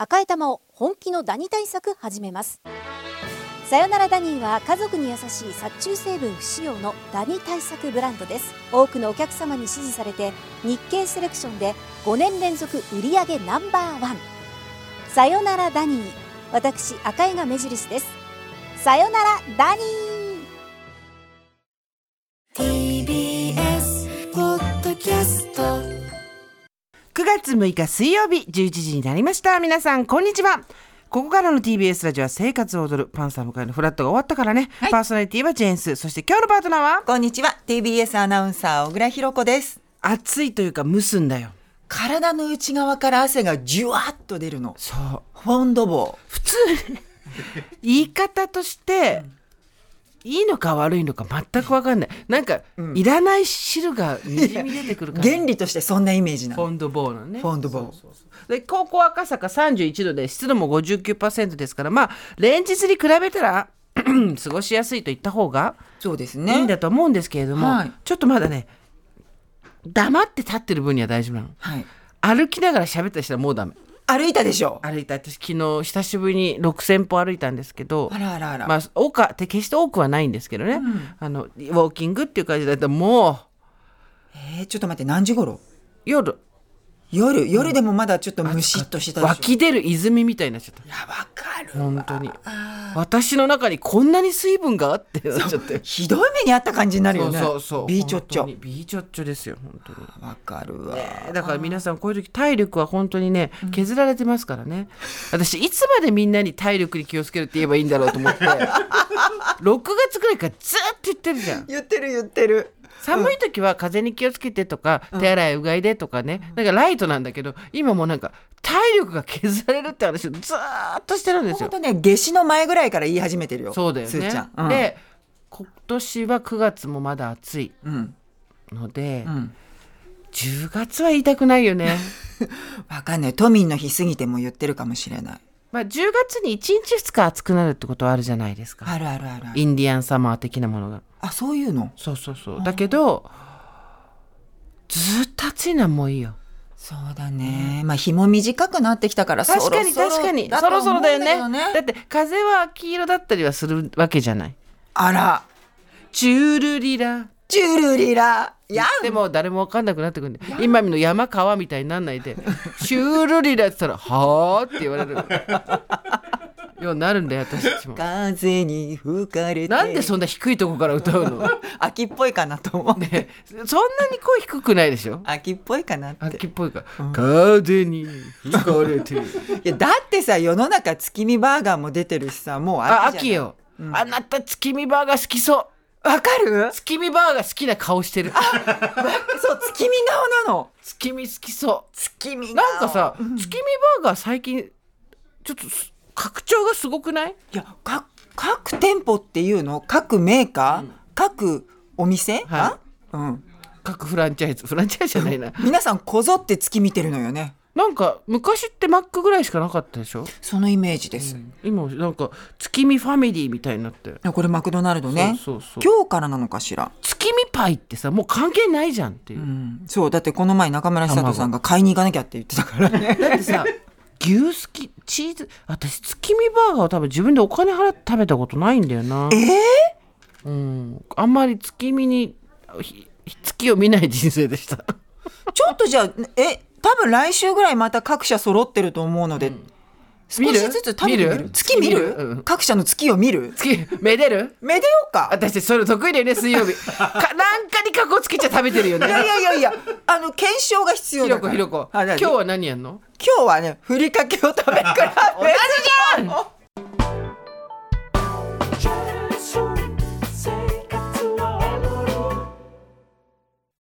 赤い玉を本気のダニ対策始めます。さよならダニーは家族に優しい殺虫成分不使用のダニ対策ブランドです。多くのお客様に支持されて日経セレクションで5年連続売上No.1。さよならダニー、私赤井が目印です。さよならダニー。 TBS ポッドキャスト 9月6日水曜日11時になりました。皆さんこんにちは。ここからの TBS ラジオは生活を踊るパンサー向かいのフラットが終わったからね、パーソナリティはジェーンス、そして今日のパートナーはこんにちは、 TBS アナウンサー小倉弘子です。 暑いというか蒸すんだよ。 体の内側から汗がジュワッと出るの。 そう、 フォンドボー。 普通言い方として、いいのか悪いのか全く分かんない。なんか、いらない汁がにじみ出てくるから原理としてそんなイメージなの。 フォンドボーのね。 フォンドボー。 そうで、高校赤坂31度で湿度も 59% ですから、まあ連日に比べたら過ごしやすいと言った方がそうですね、 いいんだと思うんですけれども、 はい、 ちょっとまだね、黙って立ってる分には大丈夫なの、 はい、 歩きながら喋ったりしたらもうダメ。 歩いたでしょ。 歩いた。私昨日久しぶりに6000歩歩いたんですけど、 あらあらあら、 まあって決して多くはないんですけどね、ウォーキングっていう感じだったらもうちょっと待って、何時頃？夜でもまだちょっとムシッとしてたでしょ。 湧き出る泉みたいになっちゃった。 いや、わかるわ。 本当に私の中にこんなに水分があってなっちゃって、 ひどい目にあった感じになるよね。 そうビーチョッチョ。 ビーチョッチョですよ本当に。 わかるわ、 だから皆さんこういう時体力は本当にね削られてますからね、私いつまでみんなに体力に気をつけるって言えばいいんだろうと思って6月くらいからずっと言ってるじゃん。 言ってる。 寒い時は風に気をつけてとか、手洗いうがいでとかね、なんかライトなんだけど、今もうなんか体力が削られるって話をずーっとしてるんですよ。 本当ね、夏至の前ぐらいから言い始めてるよ。 そうだよね。 すーちゃん、 で今年は9月もまだ暑いので、10月は言いたくないよね。 わかんない。都民の日過ぎても言ってるかもしれない。 まあ、10月に1日2日暑くなるってことはあるじゃないですか。 ある。 インディアンサマー的なものが。 あ、そういうの。 そうだけどずっと暑いのはもういいよ。 そうだね、まあ日も短くなってきたから、 確かにそろそろだよね。だって風は黄色だったりはするわけじゃない。 あら、 チュルリラやでも誰も分かんなくなってくるんで、今の山川みたいになんないでチュルリラって言ったらはーって言われるようになるんだよ私たちも。 風に吹かれて。 なんでそんな低いとこから歌うの秋っぽいかなと思う、 ね、そんなに声低くないでしょ。 秋っぽいかなって。 秋っぽいから、風に吹かれていやだってさ、世の中月見バーガーも出てるしさ、もう秋じゃない。 秋よ、あなた月見バーガー好きそう。 わかる？ 月見バーガー好きな顔してる。 そう、月見顔なの。 月見好きそう。 月見顔なんかさ、月見バーガー最近ちょっと拡張がすごくない？ いや、各店舗っていうの、各メーカー、各お店、 はい、各フランチャイズじゃないな皆さんこぞって月見てるのよね。なんか昔ってマックぐらいしかなかったでしょ。 そのイメージです、 今なんか月見ファミリーみたいになって。 これマクドナルドね。 そう今日からなのかしら。 月見パイってさ、もう関係ないじゃんっていう、 そうだってこの前中村久人さんが買いに行かなきゃって言ってたからね。 だってさ、牛すきチーズ、私月見バーガーを多分自分でお金払って食べたことないんだよな。あんまり月見に月を見ない人生でした。 ちょっとじゃあ多分来週ぐらいまた各社揃ってると思うので、少しずつ食べてみる。月見る、各社の月を見る。 月めでる、 めでようか。 私それ得意だよね、水曜日なんかにカゴつけちゃ食べてるよね。 いや検証が必要だから。 ひろこ今日は何やんの？ 今日はね、ふりかけを食べ比べ。 同じじゃん。